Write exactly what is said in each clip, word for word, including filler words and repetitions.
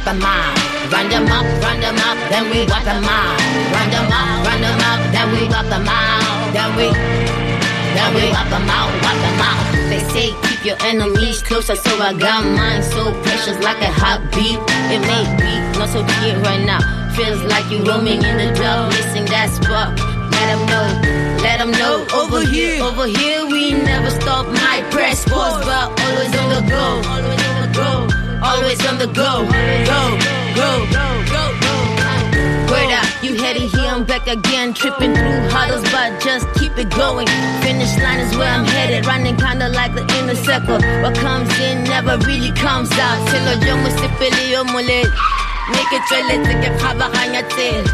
walk a mile. Run them up, run them up, then we walk a mile. Run them up, run them up, then we walk a mile. Then we, then we walk a mile, walk a mile. They say keep your enemies closer, so I got mine so precious like a heartbeat. It may be not so clear right now. Feels like you roaming in the dark, missing that spark. Let them know, let them know. Over here, over here, we never stop. Might press pause, but always on the go. Always on the go. Always on the go. Go, go, go, go, go. Word up, you headed here, I'm back again. Tripping through huddles, but just keep it going. Finish line is where I'm headed. Running kinda like the inner circle. What comes in never really comes out. Till the young was sipping your mullet. Make it try, let's get Havahanyate.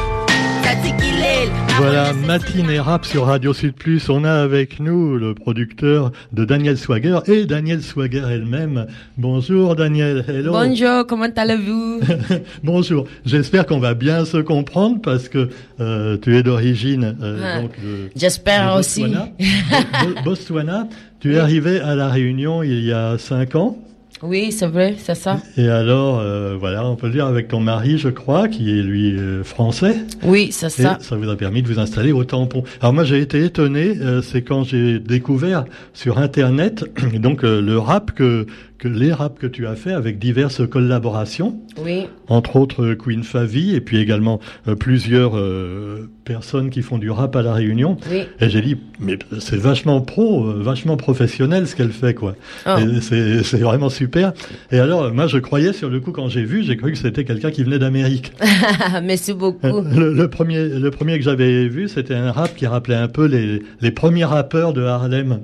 Voilà, Matinée Rap sur Radio Sud Plus. On a avec nous le producteur de Daniel Swagger et Daniel Swagger elle-même. Bonjour Daniel, hello. Bonjour, comment allez-vous? Bonjour, j'espère qu'on va bien se comprendre parce que euh, tu es d'origine euh, ah, donc de, j'espère de aussi. Botswana. Botswana. Tu es oui. arrivé à La Réunion il y a cinq ans. Oui, c'est vrai, c'est ça. Et alors, euh, voilà, on peut le dire avec ton mari, je crois, qui est lui euh, français. Oui, c'est ça. Et ça vous a permis de vous installer au Tampon. Alors moi, j'ai été étonné, euh, c'est quand j'ai découvert sur Internet, donc euh, le rap que que les raps que tu as fait avec diverses collaborations. Oui. Entre autres Queen Favi et puis également euh, plusieurs euh, personnes qui font du rap à La Réunion. Oui. Et j'ai dit, mais c'est vachement pro, euh, vachement professionnel ce qu'elle fait, quoi. Oh. Et c'est, c'est vraiment super. Et alors, moi, je croyais sur le coup, quand j'ai vu, j'ai cru que c'était quelqu'un qui venait d'Amérique. Merci beaucoup. Le, le premier, le premier que j'avais vu, c'était un rap qui rappelait un peu les, les premiers rappeurs de Harlem.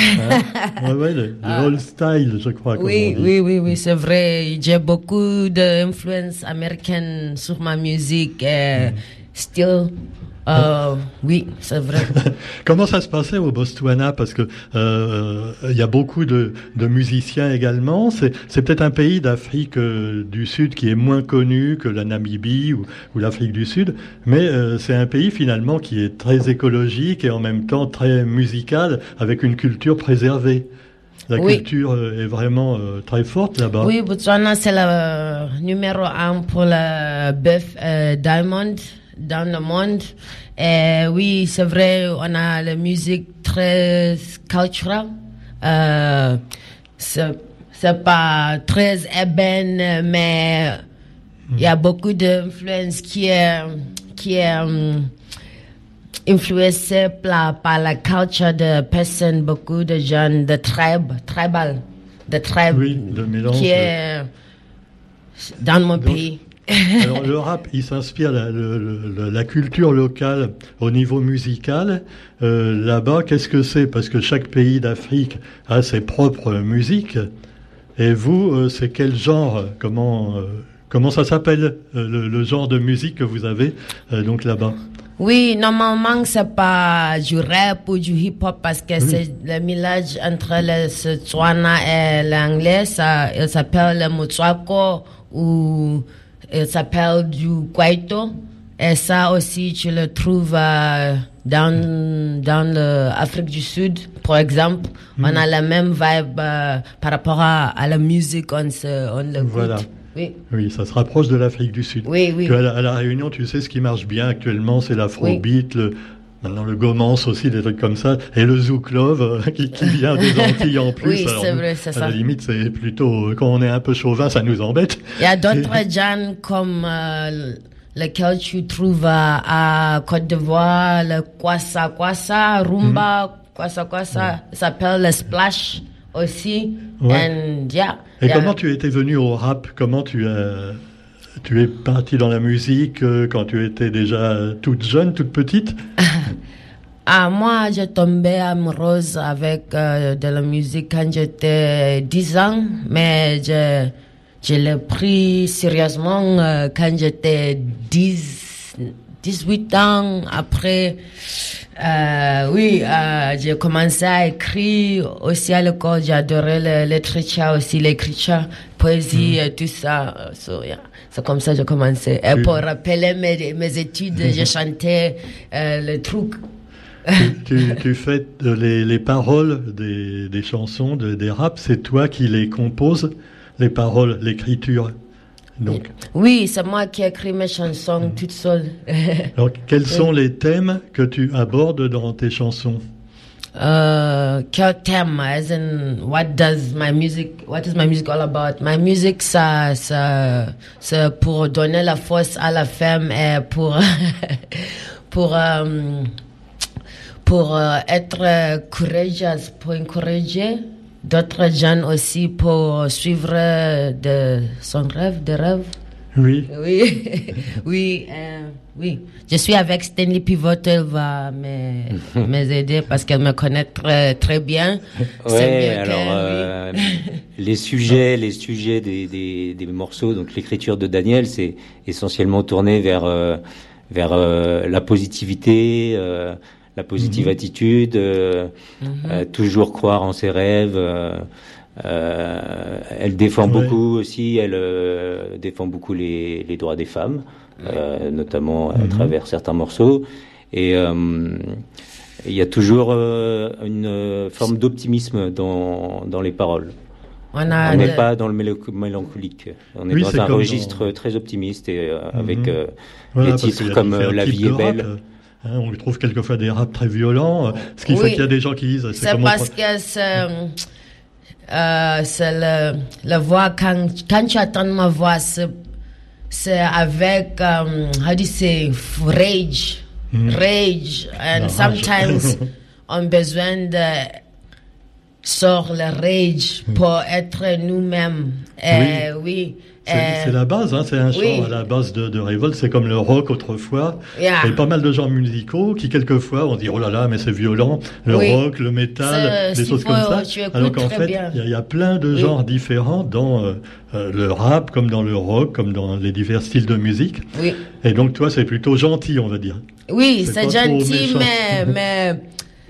Hein? Ouais, ouais, le, le ah. old style, je crois. Oui, oui, oui, oui, c'est vrai. J'ai beaucoup d'influence américaine sur ma musique. Et mm. Still, euh, oui, c'est vrai. Comment ça se passait au Botswana? Parce que euh, il y a beaucoup de, de musiciens également. C'est, c'est peut-être un pays d'Afrique euh, du Sud qui est moins connu que la Namibie ou, ou l'Afrique du Sud, mais euh, c'est un pays finalement qui est très écologique et en même temps très musical, avec une culture préservée. La oui. culture est vraiment euh, très forte là-bas. Oui, Botswana, c'est le numéro un pour le bœuf euh, diamond dans le monde. Et oui, c'est vrai, on a la musique très culturelle. Euh, c'est, c'est pas très ébène, mais il mm. y a beaucoup d'influence qui est, qui est um, influencée par, par la culture de personnes, beaucoup de gens de tribe, tribal, de tribe, oui, de mélange, qui est dans mon donc, pays. Alors le rap, il s'inspire la, le, le, la culture locale au niveau musical. Euh, là-bas, qu'est-ce que c'est? Parce que chaque pays d'Afrique a ses propres musiques. Et vous, euh, c'est quel genre? Comment euh, comment ça s'appelle euh, le, le genre de musique que vous avez euh, donc là-bas? Oui, normalement c'est pas du rap ou du hip-hop parce que oui. c'est le mélange entre le Setswana et l'anglais. Ça, il s'appelle le Motswako ou il s'appelle du Kwaito. Et ça aussi, tu le trouves euh, dans, dans l'Afrique du Sud, par exemple. Mm. On a la même vibe euh, par rapport à, à la musique, on, se, on le goûte. Voilà. Oui. Oui, ça se rapproche de l'Afrique du Sud. Oui, oui. À la, à la Réunion, tu sais, ce qui marche bien actuellement, c'est l'afrobeat, oui. le... Maintenant, le Gomance aussi, des trucs comme ça, et le Zouk Love, euh, qui, qui vient des Antilles en plus. Oui, alors, c'est vrai, c'est à ça. À la limite, c'est plutôt, quand on est un peu chauvin, ça nous embête. Il y a d'autres et... gens comme euh, lesquels tu trouves à, à Côte d'Ivoire, le Kwassa Kwassa, Rumba, mm. Kwassa Kwassa, ouais. Ça s'appelle le Splash aussi. Ouais. And, yeah, et yeah. comment tu étais venu au rap? Comment tu as... Tu es partie dans la musique euh, quand tu étais déjà toute jeune, toute petite? Ah, moi, j'ai tombé amoureuse avec euh, de la musique quand j'étais dix ans, mais je, je l'ai pris sérieusement euh, quand j'étais dix, dix-huit ans. Après, euh, oui, euh, j'ai commencé à écrire aussi à l'école. J'adorais le, l'écriture aussi, l'écriture, poésie, mmh. et tout ça. So, yeah. C'est comme ça que j'ai commencé. Et pour rappeler mes, mes études, j'ai chanté euh, le truc. tu, tu, tu fais les, les paroles des, des chansons, de, des raps, c'est toi qui les composes, les paroles, l'écriture. Donc. Oui, c'est moi qui écris mes chansons toute seule. Alors, quels sont les thèmes que tu abordes dans tes chansons? Uh, quel thème, as in, what does my music, what is my music all about? My music, ça, ça, c'est pour donner la force à la femme et pour, pour, um, pour uh, être courageuse, pour encourager d'autres jeunes aussi pour suivre de son rêve, de rêve. Oui. Oui, oui, euh, oui. Je suis avec Stanley Pivot, elle va m'aider parce qu'elle me connaît très, très bien. Ouais, alors euh, oui. les sujets, les sujets des, des, des morceaux, donc l'écriture de Daniel, c'est essentiellement tourné vers euh, vers euh, la positivité, euh, la positive mm-hmm. attitude, euh, mm-hmm. euh, toujours croire en ses rêves. Euh, Euh, elle défend ouais. beaucoup aussi, elle euh, défend beaucoup les, les droits des femmes, euh, notamment à mm-hmm. travers certains morceaux. Et euh, il y a toujours euh, une forme d'optimisme dans, dans les paroles. On n'est de... pas dans le mélancolique. On est oui, dans un registre dans... très optimiste et euh, mm-hmm. avec euh, voilà, des titres comme euh, La vie est belle. Rap. Hein, on lui trouve quelquefois des raps très violents, ce qui oui. fait qu'il y a des gens qui disent... C'est, c'est parce pro... que c'est... Euh, c'est le, la voix, quand, quand tu entends ma voix, c'est, c'est avec, um, how do you say, rage, mm. rage, and ah, sometimes on a besoin de sortir le rage mm. pour être nous-mêmes. Et, oui. oui c'est, euh, c'est la base, hein, c'est un chant oui. à la base de, de révolte, c'est comme le rock autrefois. Yeah. Il y a pas mal de genres musicaux qui quelquefois on dit oh là là mais c'est violent, le oui. rock, le métal, des choses comme ça. Alors qu'en fait il y, y a plein de oui. genres différents dans euh, euh, le rap comme dans le rock, comme dans les divers styles de musique. Oui. Et donc toi c'est plutôt gentil on va dire. Oui, c'est, c'est gentil mais mais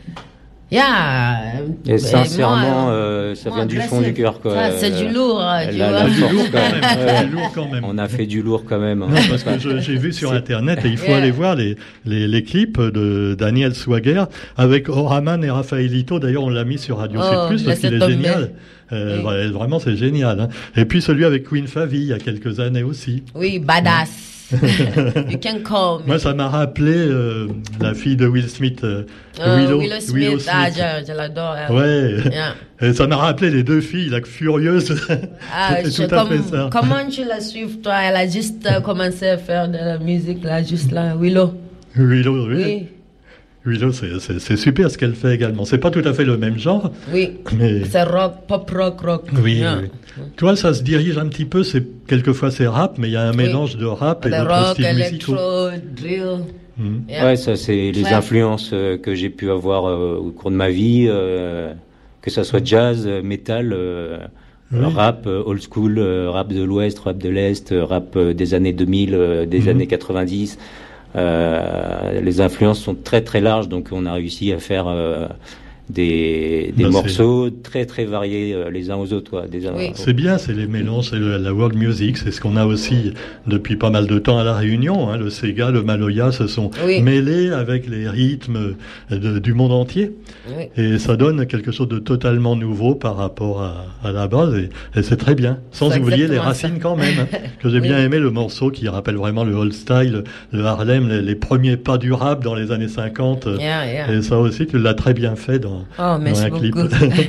Yeah. Et sincèrement, moi, euh, ça moi, vient du fond du cœur, quoi. Ça, c'est du lourd, tu la, vois. La du lourd quand même. Ouais. Du lourd quand même. On a fait du lourd quand même. Non, parce que je, j'ai vu sur Internet et il faut yeah. aller voir les, les, les clips de Daniel Swager avec Oraman et Raphaelito. D'ailleurs, on l'a mis sur Radio oh, C plus parce qu'il est tombé. Génial. Euh, oui. Vraiment, c'est génial. Hein. Et puis celui avec Queen Favy il y a quelques années aussi. Oui, badass. You can call me. Moi, ça m'a rappelé euh, la fille de Will Smith, euh, oh, Willow, Willow Smith. Willow Smith. Ah, je, je l'adore. Elle. Ouais. Yeah. Et ça m'a rappelé les deux filles, là, furieuses. Ah, c'est tout à fait ça. Comment tu la suives, toi? Elle a juste euh, commencé à faire de la musique, là, juste là, Willow. Willow, oui. oui. Willow, c'est, c'est, c'est super ce qu'elle fait également. C'est pas tout à fait le même genre. Oui. Mais... C'est rock, pop rock, rock. Oui, yeah. oui. Toi, ça se dirige un petit peu. C'est quelquefois c'est rap, mais il y a un oui. mélange de rap et de d'autres styles musicaux. Electro, drill. Mmh. Yeah. Ouais, ça c'est les ouais. influences euh, que j'ai pu avoir euh, au cours de ma vie, euh, que ça soit jazz, metal, euh, oui. rap, euh, old school, euh, rap de l'Ouest, rap de l'Est, rap euh, des années deux mille, euh, des mmh. années quatre-vingt-dix. Euh, les influences sont très très larges, donc on a réussi à faire euh, des, des ben morceaux c'est... très très variés euh, les uns aux autres. Quoi, des uns oui. C'est bien, c'est les mélanges, c'est le, la world music, c'est ce qu'on a aussi depuis pas mal de temps à La Réunion. Hein, le Sega, le Maloya se sont oui. mêlés avec les rythmes de, du monde entier. Oui. Et ça donne quelque chose de totalement nouveau par rapport à, à la base, et, et c'est très bien. Sans c'est oublier les racines ça. Quand même, hein, que j'ai oui. bien aimé le morceau qui rappelle vraiment le old style, le Harlem, les, les premiers pas du rap dans les années cinquante. Yeah, yeah. Et ça aussi, tu l'as très bien fait dans Oh, dans un clip.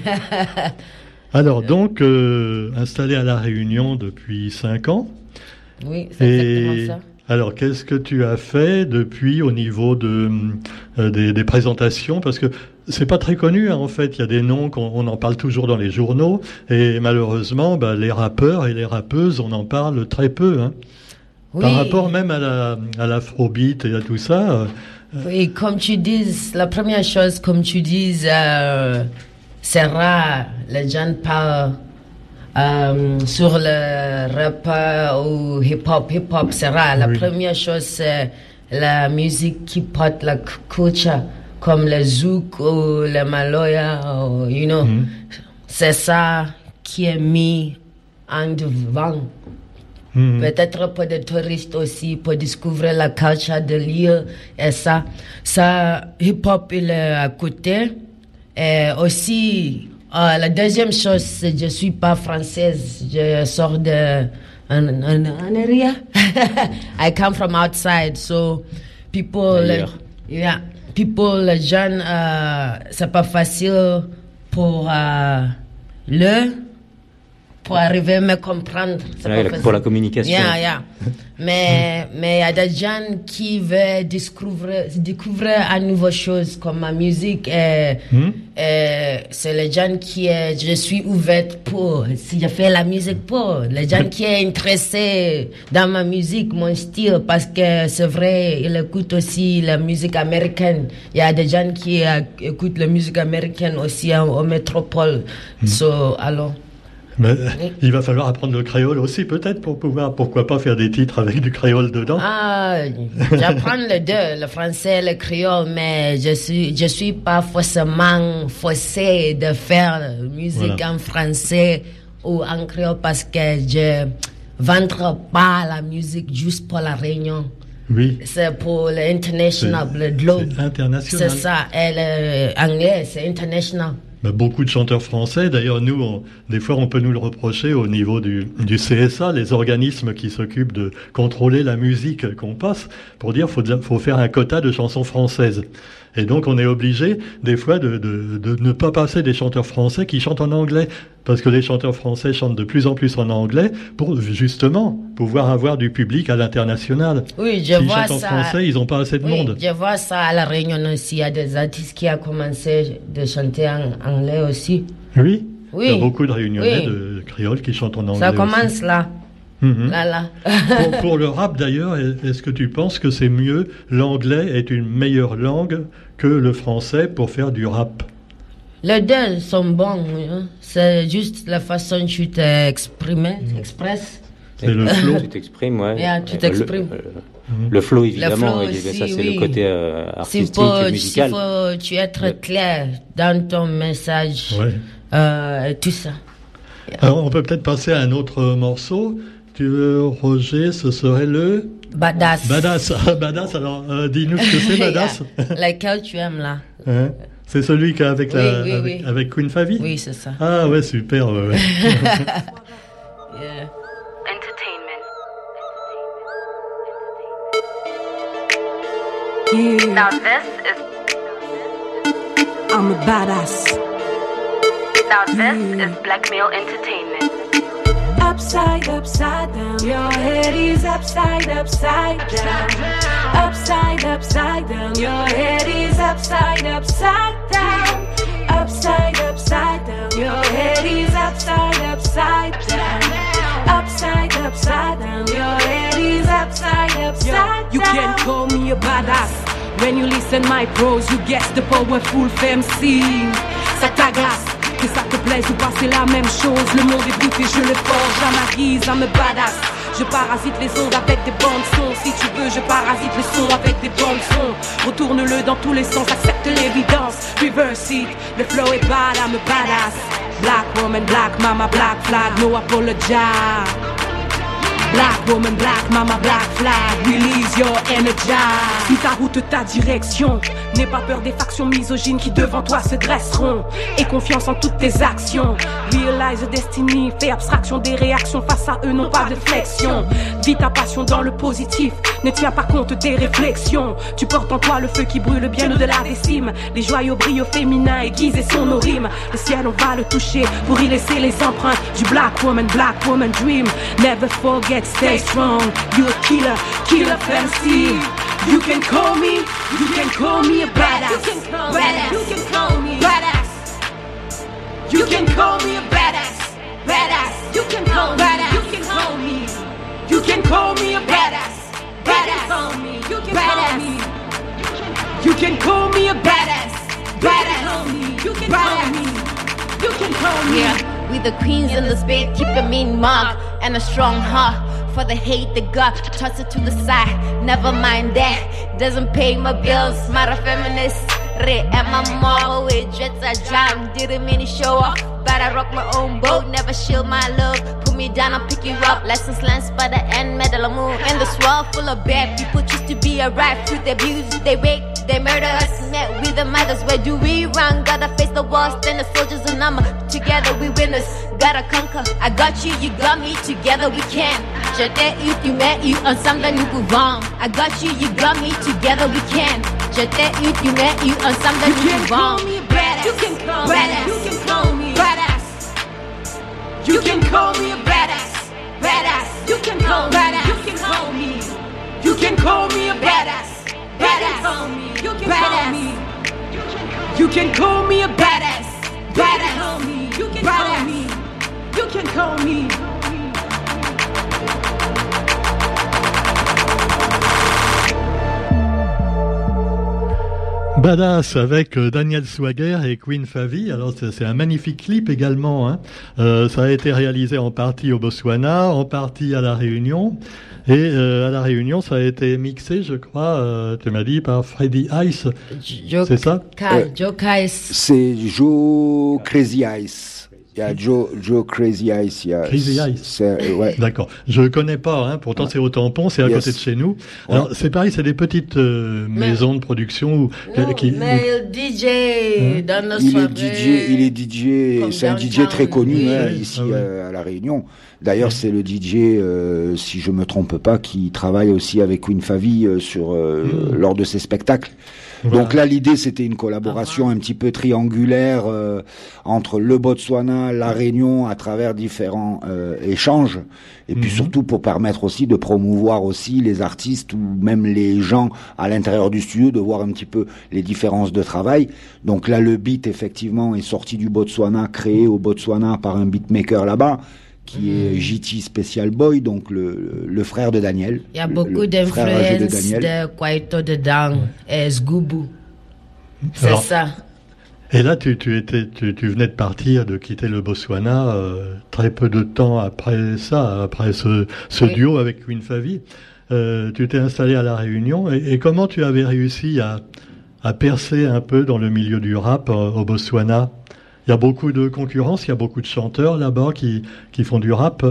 Alors donc euh, installé à La Réunion depuis cinq ans. Oui, c'est et exactement ça. Alors qu'est-ce que tu as fait depuis au niveau de euh, des, des présentations, parce que c'est pas très connu hein, en fait. Il y a des noms qu'on on en parle toujours dans les journaux et malheureusement bah, les rappeurs et les rappeuses on en parle très peu. Hein. Oui. Par rapport même à la à l'afrobeat et à tout ça. Euh, Oui, comme tu dis, la première chose, comme tu dis, euh, c'est rare, les gens parlent euh, sur le rap ou hip-hop. Hip-hop, c'est rare. La oui. première chose, c'est la musique qui porte la culture, comme le zouk ou le maloya, ou, you know. Mm. C'est ça qui est mis en devant. Mmh. Peut-être pour des touristes aussi, pour découvrir la culture de l'île et ça. Ça, hip-hop, il est à côté. Et aussi, euh, la deuxième chose, c'est que je suis pas française. Je sors de an, an, an area. I come from outside, so people, like, yeah, people, les jeunes, uh, c'est pas facile pour uh, le, pour arriver à me comprendre. C'est ouais, pas pour facile. la communication. Yeah, yeah. Mais mais il y a des jeunes qui veulent découvrir découvrir une nouvelle chose comme ma musique. Et, Hmm? et c'est les jeunes qui est, je suis ouverte pour. Si je fais la musique pour les jeunes qui est intéressés dans ma musique, mon style, parce que c'est vrai, ils écoutent aussi la musique américaine. Il y a des jeunes qui euh, écoutent la musique américaine aussi en, en métropole. Hmm. So alors. Mais il va falloir apprendre le créole aussi, peut-être, pour pouvoir, pourquoi pas, faire des titres avec du créole dedans. Ah, j'apprends les deux, le français et le créole, mais je suis, je suis pas forcément forcée de faire musique Voilà. en français ou en créole parce que je vendre pas la musique juste pour la Réunion. Oui. C'est pour l'international, C'est- le globe. c'est international. C'est ça. Et l'anglais, c'est international. Bah, beaucoup de chanteurs français, d'ailleurs nous, on- des fois on peut nous le reprocher au niveau du, du C S A, les organismes qui s'occupent de contrôler la musique qu'on passe, pour dire faut, faut faire un quota de chansons françaises. Et donc on est obligé des fois de, de, de ne pas passer des chanteurs français qui chantent en anglais, parce que les chanteurs français chantent de plus en plus en anglais pour justement pouvoir avoir du public à l'international. Oui, je S'ils vois chantent en ça. français, ils n'ont pas assez de Oui, monde. je vois ça à la Réunion aussi. Il y a des artistes qui ont commencé de chanter en anglais aussi. Oui, Oui. il y a beaucoup de réunionnais Oui. de créoles qui chantent en anglais Ça aussi. commence là. Mhm. Là, là. pour, pour le rap d'ailleurs, est-ce que tu penses que c'est mieux, l'anglais est une meilleure langue que le français pour faire du rap? Les deux sont bons. Hein. C'est juste la façon dont tu t'exprimes, expresses. C'est le flow. Tu t'exprimes, ouais. Yeah, tu Euh, t'exprimes. Le, euh, le flow, évidemment, flow il- aussi, ça c'est oui. le côté euh, S'il artistique faut, et s'il musical. faut tu être Ouais. clair dans ton message, Ouais. euh, et tout ça. Alors, on peut peut-être passer à un autre morceau. Tu veux, Roger, ce serait le Badass. Badass. Ah, Badass, alors euh, dis-nous ce que c'est, Badass. Lequel tu aimes là? Hein? C'est celui qu'avec Oui, la, oui, avec, oui. avec Queen Favi? Oui, c'est ça. Ah ouais, super. Ouais, ouais. Yeah. Yeah, Now this is I'm a badass. now this Yeah. is Blackmail Entertainment. Upside, upside down. Your head is upside, upside down. Upside, upside down. Your head is upside, upside down. Upside, upside down. Your head is upside, upside down. Upside, upside down. Your head is upside, upside down. You can call me a badass. When you listen my prose, you guess the powerful M C. Ça t'agace, que ça te plaise ou pas, c'est la même chose. Le monde est brut et je le forge à ma guise, I'm a badass. Je parasite les ondes avec des bandes sons. Si tu veux, je parasite le son avec des bandes sons. Retourne-le dans tous les sens, accepte l'évidence. Reverse it, le flow est bad, I'm a badass. Black woman, black mama, black flag, no apologize. Black woman, black mama, black flag, release your energy. Si ta route, ta direction, n'aie pas peur des factions misogynes qui devant toi se dresseront. Et confiance en toutes tes actions. Realize the destiny, fais abstraction des réactions face à eux, non pas de flexion. Vis ta passion dans le positif, ne tiens pas compte des réflexions. Tu portes en toi le feu qui brûle bien au-delà des cimes. Les joyaux brillent au féminin aiguisés sont nos rimes. Le ciel on va le toucher pour y laisser les empreintes du black woman, black woman dream. Never forget, stay strong. You a killer, killer M C. You can call me, you can call me a badass. You can call badass. Me, you can call me badass. You can call me a badass, badass. You can call badass. You can call me. You can call me a badass, badass. You can call me. You can call me a badass, badass. You can call me. You can call me. Yeah, we the queens in the spade, keep a mean mark and a strong heart. For the hate they got, toss it to the side. Never mind that, doesn't pay my bills. Not a feminist. Re and my mom with jets I drive. Didn't mean to show off, but I rock my own boat. Never shield my love. Put me down, I'll pick you up. Lessons learned by the end, medal of moon. In this world full of bad people, choose to be alright. Through the abuse they wake. They murder us, met we the mothers. Where do we run? Gotta face the walls, stand the soldiers and number. Together we winners, gotta conquer. I got you, you got me, together we can. J'étais eu, tu m'as eu, ensemble nous pouvons. I got you, you got me, together we can. J'étais eu, tu m'as eu, ensemble nous pouvons. You can call me badass. You can call me badass. Badass. You can call me badass. You can call me. You can call me a badass. Badass. You can call me. You can call me a badass. Badass. You can call me. You can call me. Badass avec euh, Daniel Swagger et Queen Favi. Alors c'est, c'est un magnifique clip également. Hein. Euh, ça a été réalisé en partie au Botswana, en partie à La Réunion. Et euh, à La Réunion, ça a été mixé, je crois, euh, tu m'as dit, par Freddy Ice. Jo- c'est ça Ka- Joe Kais. C'est Joe Crazy Ice. Il y a Joe, Joe Crazy Ice. Il y a, Crazy Ice. C'est, ouais. D'accord. Je connais pas, hein. Pourtant ouais. c'est au Tampon, c'est à yes. côté de chez nous. Ouais. Alors c'est pareil, c'est des petites euh, mais, maisons de production où, non, qui. Mais il D J hein? dans nos il soirées. Est D J, il est D J, c'est un D J très connu oui, hein, oui. ici ah, oui. euh, à La Réunion. D'ailleurs, oui. c'est le D J, euh, si je me trompe pas, qui travaille aussi avec Queen Favi euh, sur euh, mmh. lors de ses spectacles. Voilà. Donc là, l'idée, c'était une collaboration ah, un petit peu triangulaire euh, entre le Botswana, la Réunion, à travers différents euh, échanges, et puis mm-hmm. surtout pour permettre aussi de promouvoir aussi les artistes ou même les gens à l'intérieur du studio, de voir un petit peu les différences de travail. Donc là, le beat, effectivement, est sorti du Botswana, créé au Botswana par un beatmaker là-bas, qui est J T Special Boy, donc le, le frère de Daniel. Il y a beaucoup d'influences de, de Kwaito dedans, et Sgoubou. C'est Alors, ça. Et là, tu, tu, étais, tu, tu venais de partir, de quitter le Botswana, euh, très peu de temps après ça, après ce, ce oui. duo avec Queen Favi. Euh, tu t'es installé à La Réunion. Et, et comment tu avais réussi à, à percer un peu dans le milieu du rap euh, au Botswana ? Il y a beaucoup de concurrence, il y a beaucoup de chanteurs là-bas qui, qui font du rap.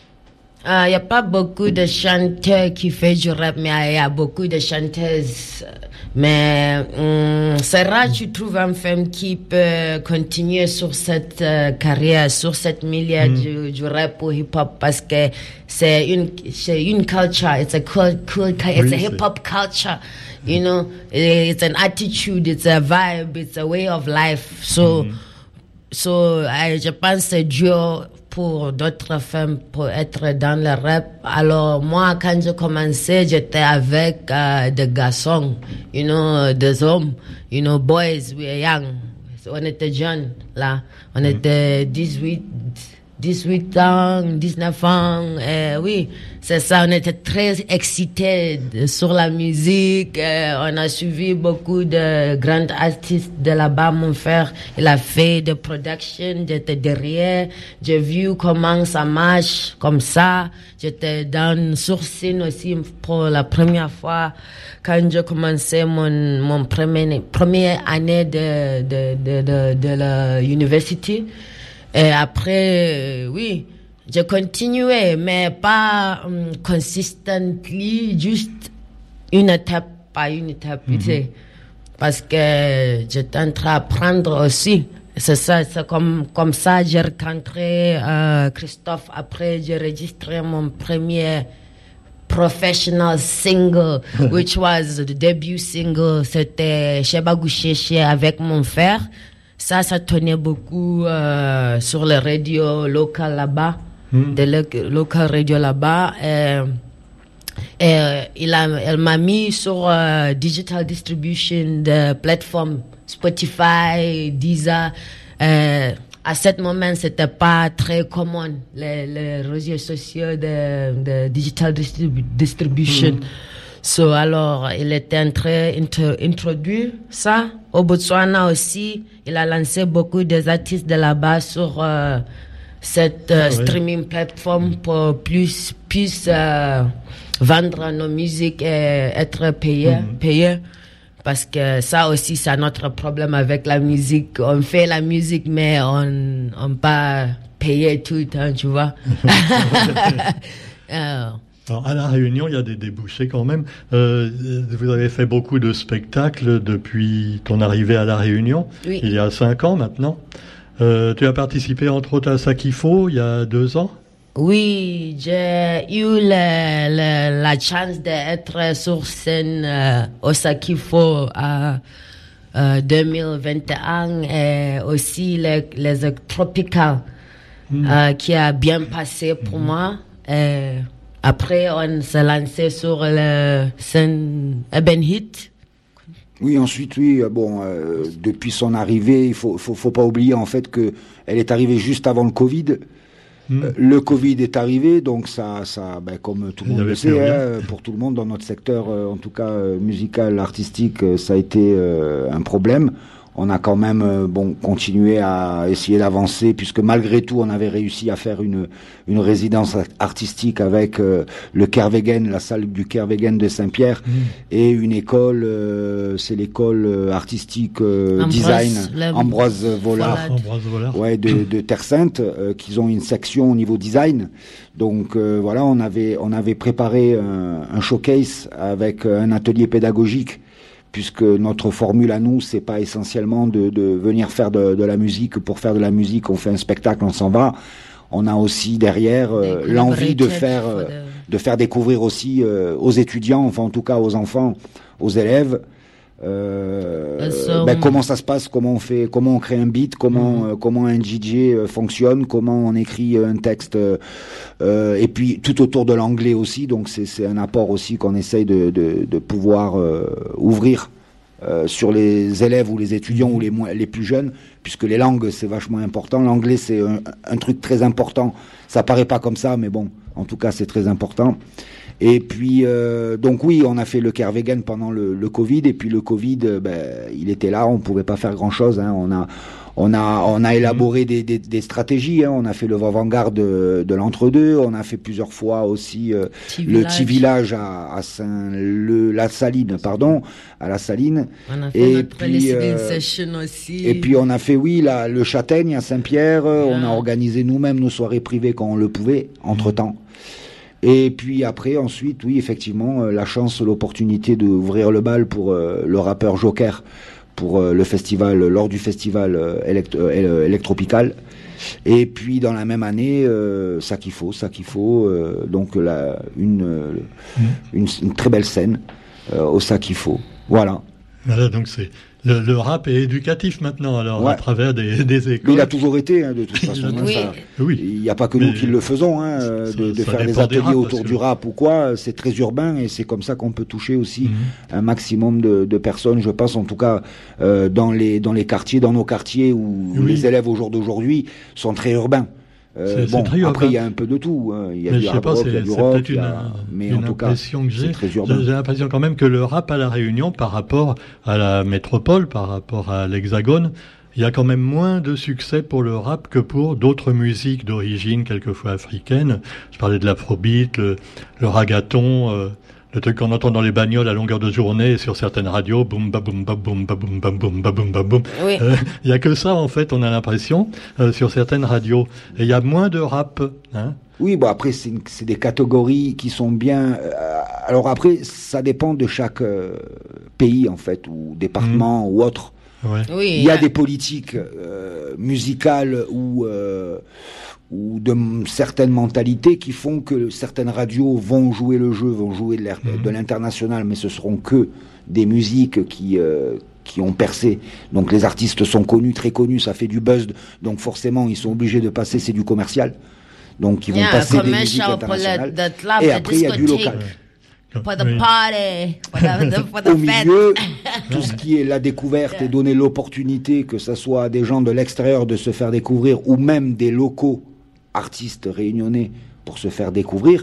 Il uh, n'y a pas beaucoup de chanteurs qui font du rap, mais il y a beaucoup de chanteuses. Mais um, c'est rare que tu trouves une femme qui peut continuer sur cette uh, carrière, sur cette milieu mm. du, du rap ou hip-hop, parce que c'est une, c'est une culture, it's a cool, cool, it's oui, a hip-hop culture. You know, it's an attitude, it's a vibe, it's a way of life. So, mm. So, euh, je pense que c'est dur pour d'autres femmes pour être dans le rap. Alors, moi, quand j'ai commencé, j'étais avec euh, des garçons, you know, des hommes, you know, boys, we are young. So, on était jeunes, là. On mm. était dix-huit, dix-huit ans, dix-neuf ans, et oui, c'est ça, on était très excités sur la musique, et on a suivi beaucoup de grands artistes de là-bas. Mon frère, il a fait des productions, j'étais derrière, j'ai vu comment ça marche, comme ça, j'étais dans, sur scène aussi pour la première fois, quand j'ai commencé mon, mon premier, première année de, de, de, de, de l'université. Et après, euh, oui, j'ai continué, mais pas um, consistently, juste une étape par une étape, mm-hmm. tu sais, parce que j'étais en train d'apprendre aussi. C'est ça, c'est comme, comme ça, j'ai rencontré euh, Christophe. Après, j'ai enregistré mon premier professional single, which was the debut single. C'était Sheba Goucheche avec mon frère. Ça, ça tenait beaucoup euh, sur les radios locales là-bas, mm. des lo- local radios là-bas. Et, et il a, elle m'a mis sur euh, digital distribution de plateformes Spotify, Deezer. Euh, à ce moment, c'était pas très commun les, les réseaux sociaux de, de digital distribu- distribution. Mm. So, alors, il était en train d'introduire ça. Au Botswana aussi, il a lancé beaucoup d'artistes de là-bas sur euh, cette euh, ah, streaming oui. plateforme pour plus, plus euh, vendre nos musiques et être payé, mm-hmm. payé. Parce que ça aussi, c'est notre problème avec la musique. On fait la musique, mais on ne pas payer tout, hein, tu vois. euh, Alors, à La Réunion, il y a des débouchés quand même. Euh, vous avez fait beaucoup de spectacles depuis ton arrivée à La Réunion, oui. il y a cinq ans maintenant. Euh, tu as participé entre autres à Sakifo il y a deux ans. Oui, j'ai eu le, le, la chance d'être sur scène euh, au Sakifo à euh, deux mille vingt et un et aussi les, les Tropical mm. euh, qui a bien passé pour mm. moi. Et après, on s'est lancé sur la scène Urban Hit. Oui, ensuite, oui, bon, euh, depuis son arrivée, il faut, faut, faut pas oublier en fait que elle est arrivée juste avant le Covid. Mmh. Euh, le Covid est arrivé, donc ça, ça, ben, comme tout le monde le sait, hein, pour tout le monde dans notre secteur, euh, en tout cas euh, musical, artistique, euh, ça a été euh, un problème. On a quand même euh, bon continué à essayer d'avancer puisque malgré tout on avait réussi à faire une une résidence artistique avec euh, le Kervegen, la salle du Kervegen de Saint-Pierre mmh. et une école, euh, c'est l'école artistique euh, Ambroise, design la... Ambroise Vollard, Ambroise Vollard. Ouais, de, de Terre Sainte, euh, qu'ils ont une section au niveau design. Donc euh, voilà, on avait on avait préparé un, un showcase avec un atelier pédagogique. Puisque notre formule à nous, c'est pas essentiellement de, de venir faire de, de la musique pour faire de la musique, on fait un spectacle, on s'en va. On a aussi derrière euh, l'envie de faire euh, de faire découvrir aussi euh, aux étudiants, enfin en tout cas aux enfants, aux élèves, euh, so, ben, comment ça se passe, comment on fait, comment on crée un beat, comment mm-hmm. euh, comment un D J euh, fonctionne, comment on écrit un texte, euh, et puis tout autour de l'anglais aussi. Donc c'est c'est un apport aussi qu'on essaye de de, de pouvoir euh, ouvrir euh, sur les élèves ou les étudiants ou les moins les plus jeunes, puisque les langues c'est vachement important. L'anglais c'est un, un truc très important. Ça paraît pas comme ça, mais bon, en tout cas c'est très important. Et puis euh, donc oui, on a fait le Kervegen pendant le, le Covid, et puis le Covid, ben il était là, on pouvait pas faire grand chose. Hein. On a on a on a élaboré des, des, des stratégies. Hein. On a fait le avant-garde de, de l'entre-deux. On a fait plusieurs fois aussi euh, le petit village à, à Saint le la Saline, pardon, à la Saline. On a fait et notre puis euh, session aussi. Et puis on a fait oui la, le Châtaigne à Saint-Pierre. Yeah. On a organisé nous-mêmes nos soirées privées quand on le pouvait. Entre temps. Et puis après, ensuite, oui, effectivement, euh, la chance, l'opportunité d'ouvrir le bal pour euh, le rappeur Joker, pour euh, le festival, lors du festival euh, élect- euh, Electropical. Et puis dans la même année, euh, ça qu'il faut, ça qu'il faut, euh, donc la, une, euh, mmh. une, une très belle scène euh, au ça qu'il faut. Voilà. Voilà, donc c'est le, le rap est éducatif maintenant, alors ouais. à travers des, des écoles. Mais il a toujours été, hein, de toute façon. Hein, oui. ça, oui. Il n'y a pas que nous qui le faisons, hein, ça, de, de faire des ateliers des autour que... du rap ou quoi. C'est très urbain et c'est comme ça qu'on peut toucher aussi mm-hmm. un maximum de, de personnes. Je pense, en tout cas, euh, dans les dans les quartiers, dans nos quartiers où oui. les élèves au jour d'aujourd'hui sont très urbains. Euh, c'est, bon, c'est après il y a un peu de tout. Hein. Il y a mais du rap rock, il y a du rock, il y a... mais une en tout cas, que c'est j'ai, très urbain. J'ai l'impression quand même que le rap à La Réunion, par rapport à la métropole, par rapport à l'Hexagone, il y a quand même moins de succès pour le rap que pour d'autres musiques d'origine, quelquefois africaines. Je parlais de l'afrobeat, le, le ragaton. Euh, Le truc qu'on entend dans les bagnoles à longueur de journée sur certaines radios, boum ba boum ba boum ba boum ba boum ba boum ba boum. Oui. Euh, il y a que ça en fait, on a l'impression euh, sur certaines radios. Et il y a moins de rap. Hein. Oui, bon après c'est, une, c'est des catégories qui sont bien. Euh, alors après ça dépend de chaque euh, pays en fait ou département mmh. ou autre. Ouais. Oui. Il y a des politiques euh, musicales ou euh, ou de m- certaines mentalités qui font que certaines radios vont jouer le jeu, vont jouer de, mmh. de l'international, mais ce seront que des musiques qui euh, qui ont percé. Donc les artistes sont connus, très connus, ça fait du buzz, donc forcément ils sont obligés de passer, c'est du commercial. Donc ils vont yeah, passer des musiques internationales. The, the club, et après il y a du local. For the party, for the, for the Au milieu, tout ce qui est la découverte et donner l'opportunité que ce soit à des gens de l'extérieur de se faire découvrir ou même des locaux artistes réunionnais pour se faire découvrir,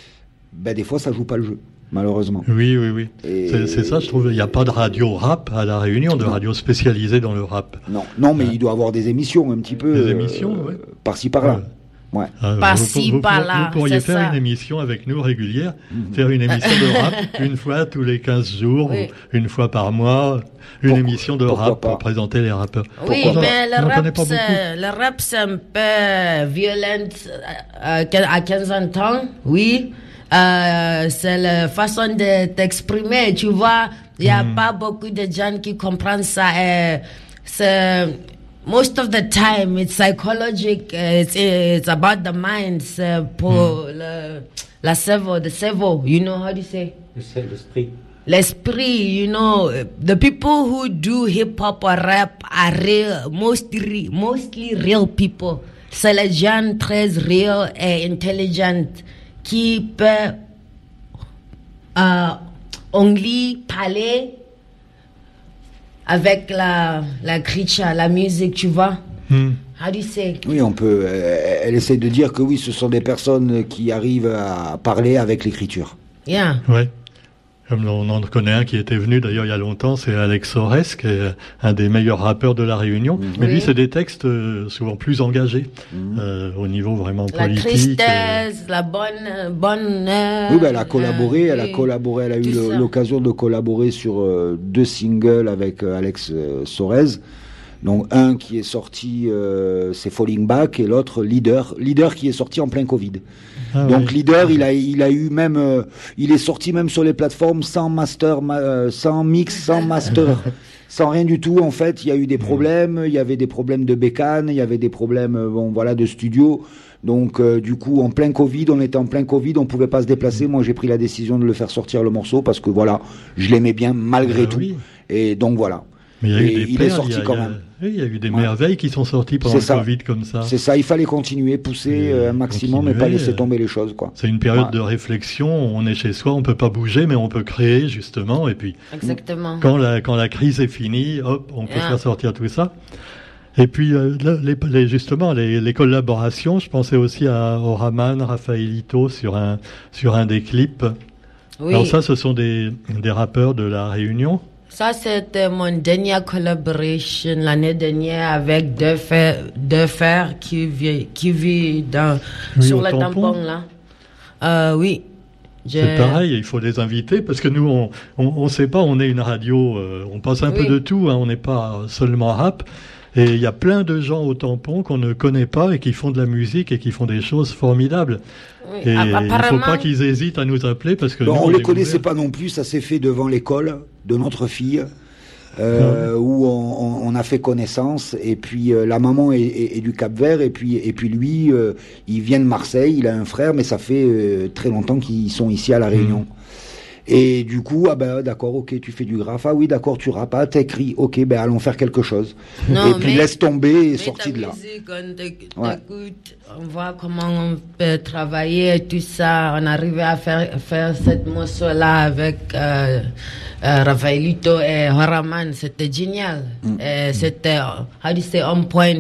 ben des fois ça joue pas le jeu, malheureusement. Oui, oui, oui. Et... C'est, c'est ça, je trouve. Il n'y a pas de radio rap à La Réunion, de radio spécialisée dans le rap. Non, non, mais hein. il doit y avoir des émissions un petit peu. Des émissions, euh, ouais. Par-ci par-là. Ouais. Ouais. Ah, Par-ci, vous, vous, par-là, vous pourriez c'est faire ça. une émission avec nous régulière, mmh. faire une émission de rap une fois tous les quinze jours, oui. ou une fois par mois, une Pour, émission de rap pas. Pour présenter les rappeurs. Oui, pourquoi mais le rap, c'est, le rap, c'est un peu violent à quinze ans, oui. Euh, c'est la façon de t'exprimer, tu vois. Il n'y a mm. pas beaucoup de gens qui comprennent ça. Et c'est, most of the time, it's psychologic. It's, it's about the mind. C'est pour mm. le, la cerveau, the cerveau. You know how do you say? L'esprit. L'esprit, you know. The people who do hip-hop or rap are real, mostly, mostly real people. C'est les gens très real et intelligents qui peuvent uh, only parler avec la, la créature, la musique, tu vois. Hmm. How do you say? Oui, on peut. Euh, elle essaie de dire que oui, ce sont des personnes qui arrivent à parler avec l'écriture. Yeah. Ouais. Comme on en connaît un qui était venu d'ailleurs il y a longtemps, c'est Alex Sores, qui est un des meilleurs rappeurs de la Réunion. Mmh. Mais oui. lui, c'est des textes euh, souvent plus engagés, mmh. euh, au niveau vraiment la politique. La tristesse, euh... la bonne, bonne. Euh, oui, ben elle a collaboré, euh, elle a collaboré, elle a eu le, l'occasion de collaborer sur euh, deux singles avec euh, Alex euh, Sores. Donc un qui est sorti, euh, c'est Falling Back, et l'autre Leader, Leader qui est sorti en plein Covid. Ah, donc oui. Leader, il a, il a eu même, euh, il est sorti même sur les plateformes sans master, ma, euh, sans mix, sans master, sans rien du tout. En fait, il y a eu des problèmes, il y avait des problèmes de bécane, il y avait des problèmes, euh, bon voilà, de studio. Donc euh, du coup, en plein Covid, on était en plein Covid, on pouvait pas se déplacer. Moi, j'ai pris la décision de le faire sortir le morceau parce que voilà, je l'aimais bien malgré ah, tout. Oui. Et donc voilà. Mais il y a eu des il perles, est sorti il y a, quand il y a, même. Oui, il y a eu des ouais. merveilles qui sont sorties pendant c'est le ça. Covid comme ça. C'est ça, il fallait continuer, pousser euh, un maximum, mais pas laisser tomber les choses, quoi. C'est une période ouais. de réflexion. On est chez soi, on peut pas bouger, mais on peut créer justement. Et puis, exactement. Quand la quand la crise est finie, hop, on peut yeah. faire sortir tout ça. Et puis euh, les, les, justement les, les collaborations. Je pensais aussi à Oraman, Rafaelito sur un sur un des clips. Oui. Alors ça, ce sont des des rappeurs de la Réunion. Ça, c'était mon dernière collaboration l'année dernière avec deux frères, deux frères qui vivent, qui vivent dans, oui, sur le tampon, tampon, là. Euh, oui. Je... C'est pareil, il faut les inviter parce que nous, on on, on sait pas, on est une radio, euh, on passe un oui. peu de tout, hein, on n'est pas seulement rap. Et il y a plein de gens au tampon qu'on ne connaît pas et qui font de la musique et qui font des choses formidables. Oui, et il ne faut pas qu'ils hésitent à nous appeler parce que bon, nous, on ne les connaissait pas non plus. Ça s'est fait devant l'école de notre fille, euh, ah oui. où on, on, on a fait connaissance. Et puis euh, la maman est, est, est du Cap-Vert et puis et puis lui, euh, il vient de Marseille. Il a un frère, mais ça fait euh, très longtemps qu'ils sont ici à la Réunion. Mmh. Et du coup, ah ben d'accord, ok, tu fais du graphe, ah oui, d'accord, tu rappes, ah, t'écris, ok, ben allons faire quelque chose. Non, et puis mais, laisse tomber et sorti de là. Musique, on t'écoute, ouais. On voit comment on peut travailler et tout ça. On arrivait à faire faire cette morceau-là avec euh, euh, Rafaelito et Horaman, c'était génial. Mm. Et c'était, how do you say, on point.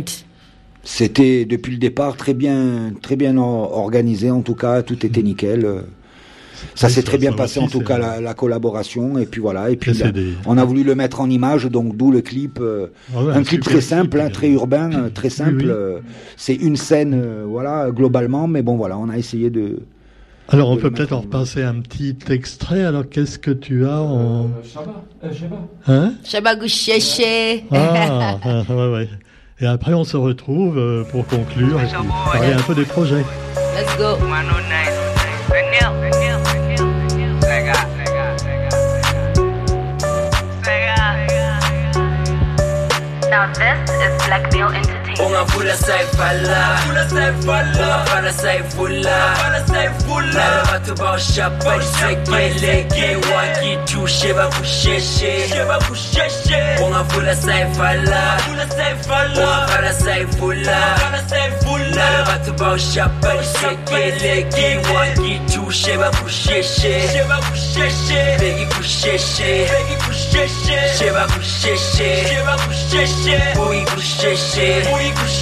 C'était depuis le départ très bien, très bien organisé. En tout cas, tout était nickel. Ça oui, s'est très bien passé, aussi, en tout cas, la, la collaboration. Et puis voilà. Et puis, là, des... on a voulu le mettre en image, donc d'où le clip. Euh, ah ouais, un, un clip très simple, clip, hein, très urbain, euh, très simple. Oui, oui. Euh, c'est une scène, euh, voilà, globalement. Mais bon, voilà, on a essayé de. Alors, on peut peut-être en repasser un petit extrait. Alors, qu'est-ce que tu as en. Shaba. Euh, Shaba. Hein Shaba Gouchéché. Ah, ah, ouais, ouais. Et après, on se retrouve euh, pour conclure et parler un peu des projets. Let's go. Now this is Blackmail Entertainment. Unga fula saifala, fula saifala, fula saifula, fula saifula. Nala batu ba shapa, sekele ke waki tu sheba kusheshe, sheba kusheshe. Unga fula saifala, fula saifala, fula saifula, fula saifula. Nala batu ba shapa, sekele ke waki tu sheba kusheshe, sheba kusheshe. Begi kusheshe, begi kusheshe, sheba kusheshe, sheba kusheshe. Boy kusheshe, boy.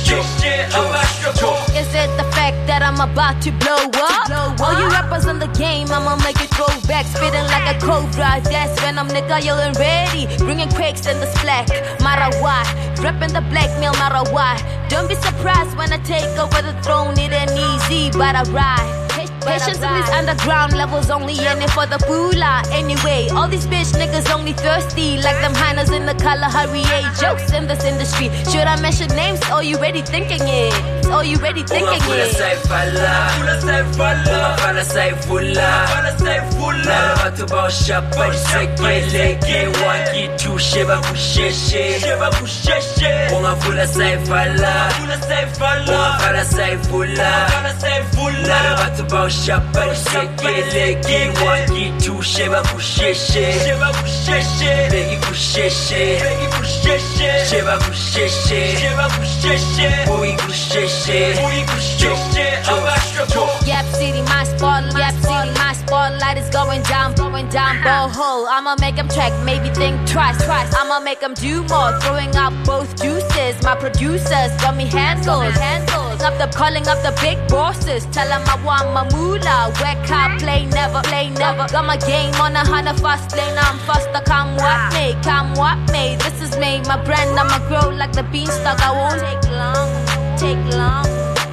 Is it the fact that I'm about to blow up? To blow up? All you rappers in the game, I'ma make it throw back. Spitting like a cobra, that's when I'm nigga yelling ready. Bringing quakes in the slack, matter what. Repping the blackmail, matter what. Don't be surprised when I take over the throne, it ain't easy, but I ride. Patience in these underground levels only in it for the moolah. Anyway, all these bitch niggas only thirsty like them hyenas in the Kalahari. Jokes in this industry. Should I mention names? Oh, you ready thinking it? Oh, you ready thinking it? Fula say falla, fula say falla, fula say fula, fula say fula. Watu ba shapa sekele ke wangi tu sheba kusheshe, sheba kusheshe. Unga fula say falla, fula say falla, fula say fula, fula say fula. Watu ba shapa sekele ke wangi tu sheba kusheshe, sheba kusheshe. Begi kusheshe, begi kusheshe, sheba kusheshe, sheba kusheshe. Boy kusheshe, boy kusheshe. Yep, City, my spotlight. Yep, City, my spotlight is going down, going down. Boho, I'ma make them check, maybe think twice, twice. I'ma make them do more, throwing out both juices. My producers got me handles, handles. Up the calling up the big bosses. Tell them I want my moolah. Where can play never, play never. Got my game on a hundred fast lane. I'm faster, come what me, come what me. This is me, my brand. I'ma grow like the beanstalk. I won't take long, take long.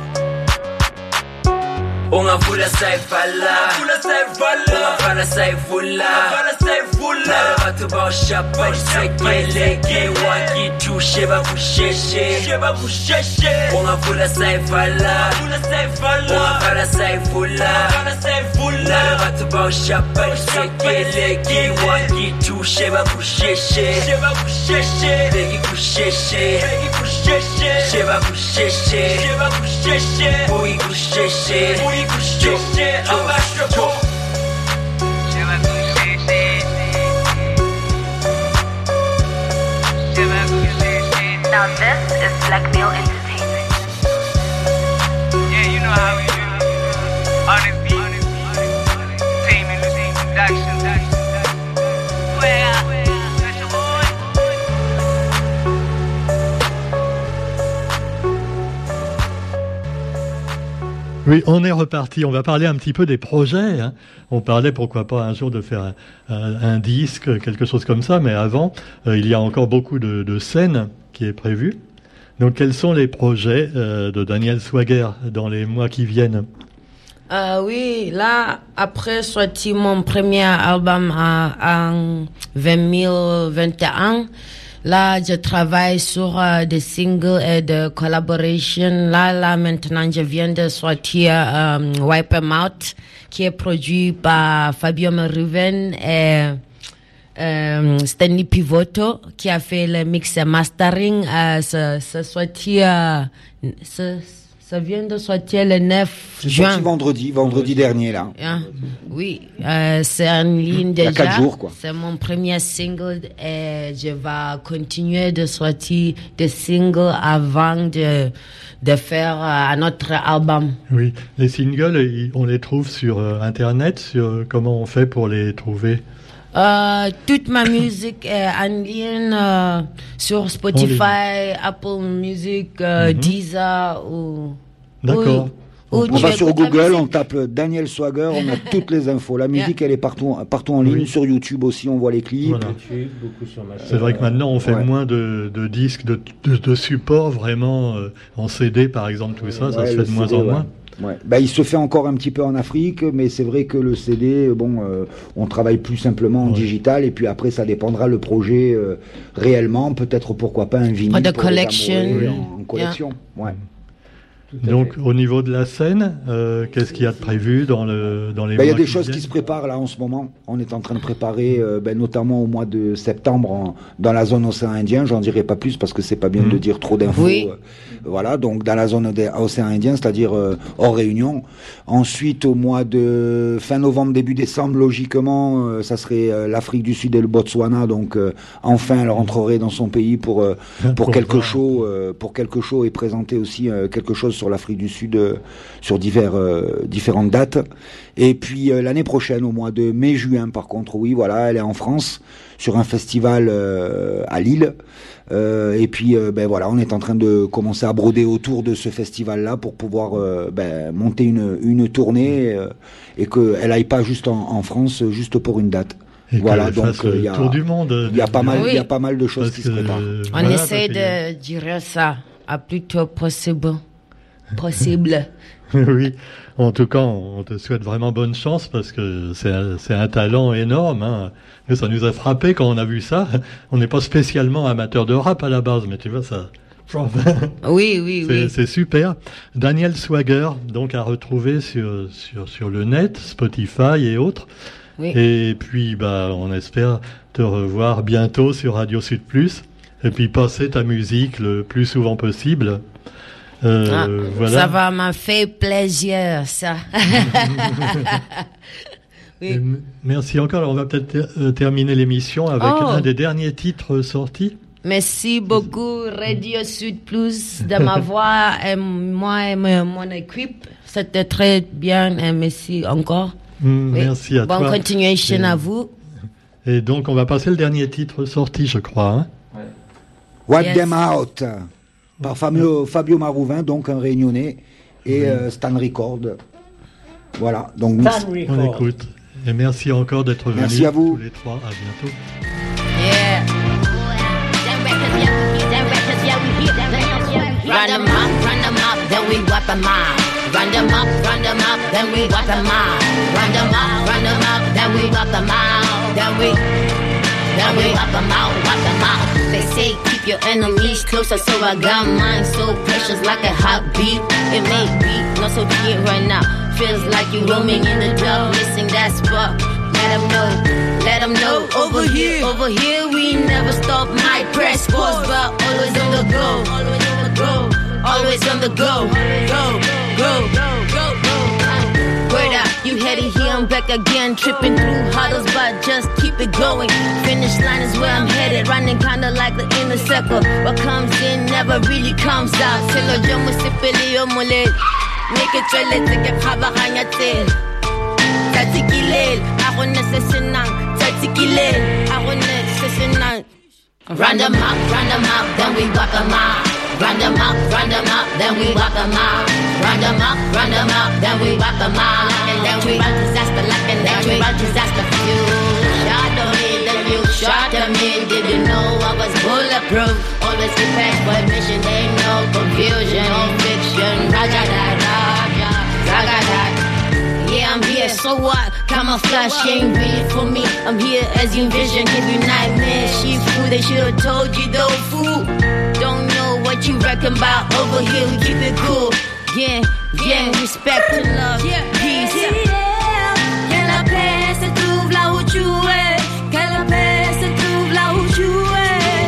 Unga fula say falla, fula say falla, unga fala say fula, fala say fula. Watu ba shapa sekele ke wangi tu sheba kusheshe, sheba kusheshe. Unga fula say falla, fula say falla, unga fala say fula, fala say fula. Watu ba shapa sekele ke wangi tu sheba kusheshe, sheba kusheshe. Begi kusheshe, begi kusheshe, sheba kusheshe, sheba kusheshe. Boy kusheshe, boy. Now this is Black Mill Entertainment. Yeah, you know how we do. On the beat, entertainment, production. Where? That's your boy. Oui, on est reparti. On va parler un petit peu des projets. Hein. On parlait, pourquoi pas, un jour de faire un, un, un disque, quelque chose comme ça. Mais avant, euh, il y a encore beaucoup de, de scènes qui est prévu. Donc, quels sont les projets euh, de Daniel Swagger dans les mois qui viennent? Euh, oui, là, après sorti mon premier album en, en vingt mille vingt et un, là, je travaille sur euh, des singles et des collaborations. Là, là, maintenant, je viens de sortir euh, Wipe 'em Out, qui est produit par Fabio Maruven et euh, Stanley Pivotto, qui a fait le mix et mastering. Euh, ça, ça sorti, euh, ça, ça vient de sortir le neuf juin. C'est sorti vendredi, vendredi dernier, là. Ah, oui, euh, c'est en ligne déjà. Il y a quatre jours, quoi. C'est mon premier single et je vais continuer de sortir des singles avant de, de faire euh, un autre album. Oui, les singles, on les trouve sur euh, Internet. Sur, comment on fait pour les trouver? Euh, toute ma musique est en ligne euh, sur Spotify, Apple Music, euh, mm-hmm. Deezer ou... D'accord. Ou, ou on va sur Google, on tape Daniel Swagger, on a toutes les infos. La musique, yeah. Elle est partout, partout en ligne, oui. Sur YouTube aussi, on voit les clips. Voilà. C'est vrai que maintenant, on fait ouais. moins de, de disques, de, de, de supports vraiment euh, en C D, par exemple, tout ça, ouais, ça se fait de moins C D, en moins. Ouais. Bah, il se fait encore un petit peu en Afrique, mais c'est vrai que le C D, bon, euh, on travaille plus simplement en ouais. digital, et puis après ça dépendra le projet euh, réellement, peut-être pourquoi pas un vinyle pour collection. En, en collection. Yeah. Ouais. Donc au niveau de la scène, euh, qu'est-ce qu'il y a de prévu dans le dans les ben, mois il y a des qui choses viennent? Qui se préparent là en ce moment. On est en train de préparer, euh, ben, notamment au mois de septembre en, dans la zone océan Indien. J'en dirai pas plus parce que c'est pas bien mmh. de dire trop d'infos. Oui. Euh, voilà, donc dans la zone de océan Indien, c'est-à-dire euh, hors Réunion. Ensuite, au mois de fin novembre, début décembre, logiquement, euh, ça serait euh, l'Afrique du Sud et le Botswana. Donc euh, enfin, elle rentrerait dans son pays pour euh, pour quelque chose, euh, pour quelque chose et présenter aussi euh, quelque chose sur l'Afrique du Sud euh, sur divers, euh, différentes dates. Et puis euh, l'année prochaine, au mois de mai-juin, par contre, oui, voilà, elle est en France sur un festival euh, à Lille. Euh, et puis, euh, ben voilà, on est en train de commencer à broder autour de ce festival-là pour pouvoir euh, ben, monter une, une tournée euh, et qu'elle aille pas juste en, en France, juste pour une date. Et voilà, donc il euh, y a tour du monde. Il y a pas mal, il oui. y a pas mal de choses parce qui que, se préparent. Euh, on voilà, essaie de dire ça à plus tôt possible. possible. Oui, en tout cas, on te souhaite vraiment bonne chance parce que c'est un, c'est un talent énorme. Hein. Et ça nous a frappé quand on a vu ça. On n'est pas spécialement amateur de rap à la base, mais tu vois ça. Oui, oui, c'est, oui. C'est super. Daniel Swagger, donc à retrouver sur sur sur le net, Spotify et autres. Oui. Et puis, bah, on espère te revoir bientôt sur Radio Sud Plus. Et puis passer ta musique le plus souvent possible. Euh, ah, voilà. Ça va me faire plaisir, ça. Oui. M- merci encore. Alors, on va peut-être ter- euh, terminer l'émission avec oh. un des derniers titres sortis. Merci beaucoup, Radio Sud Plus, de m'avoir, et moi et mon équipe. C'était très bien, et merci encore. Mmh, oui. Merci à Bonne toi. Bonne continuation et, à vous. Et donc, on va passer le dernier titre sorti, je crois. Hein. Ouais. What yes. Them Out, par Fabio, Fabio Marouvin, donc un réunionnais, et oui. euh, Stan Record. Voilà, donc Stan on Record. Écoute. Et merci encore d'être venus. Merci à vous. Tous les trois. À bientôt. Yeah. Run them up, run them up, then we wipe them out. Run them up, run them up, then we wipe them out. Run them up, run them up, then we wipe them out. Then we, then we wipe them out, wipe them out. They say keep your enemies closer, so I got mine so precious like a hot beat. It may be not so deep right now. Feels like you roaming in the dark, missing that spot. Let them know, let them know. Over here, over here, we never stop. My press pause, but always on the go. Always on the go. Always on the go. Go, go, go, go, go. Word up, you headed here, I'm back again. Tripping through huddles, but just keep it going. Finish line is where I'm headed. Running kinda like the inner circle. What comes in never really comes out. C'est le jeu, moi c'est pelé au mollet. Make it trail, let's get travailler. Tatikilel, arone sesenang, tatikilel, arone sesenang. Run them up, run them up, then we walk them out. Run them up, run them up, then we walk them out. Run them up, run them up, then we walk them out. And then we run disaster like an natural disaster fuel. Shot them in, then you shot them in. Didn't know I was bulletproof. Always prepared for mission, ain't no confusion, no fiction. Raja da raja, raga da. Yeah, I'm here, so what? Camouflage ain't real for me. I'm here as you envision, give you nightmares. She fool, they should've told you though, fool. Don't know what you reckon about over here, we keep it cool. Yeah, yeah, respect and love, peace. Que la paix se trouve là où tu es. Que la paix se trouve là où tu es.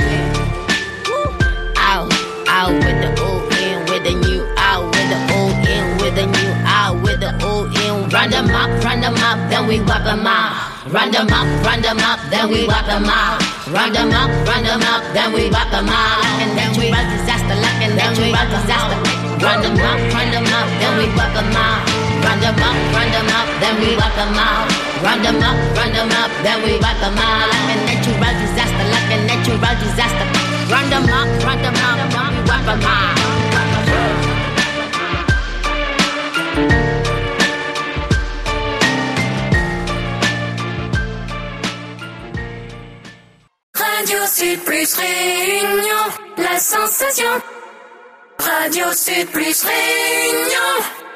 Out, out with the old in, with the new. Out with the old in, with the new. Out with the old in. Run them up, run them up, then we wipe them out. Run them up, run them up, then we wipe them out. Run them up, run them up, then we wipe them out. And then we run disaster like an natural disaster. Run them up, run them up, then we wipe them out. Run them up, run them up, then we wipe them out. Run them up, run them up, then we wipe them out. Like a natural disaster, like a natural disaster. Run them up, run them up, then we wipe them out. Radio Sud Plus Réunion, la sensation. Radio Sud Plus Réunion.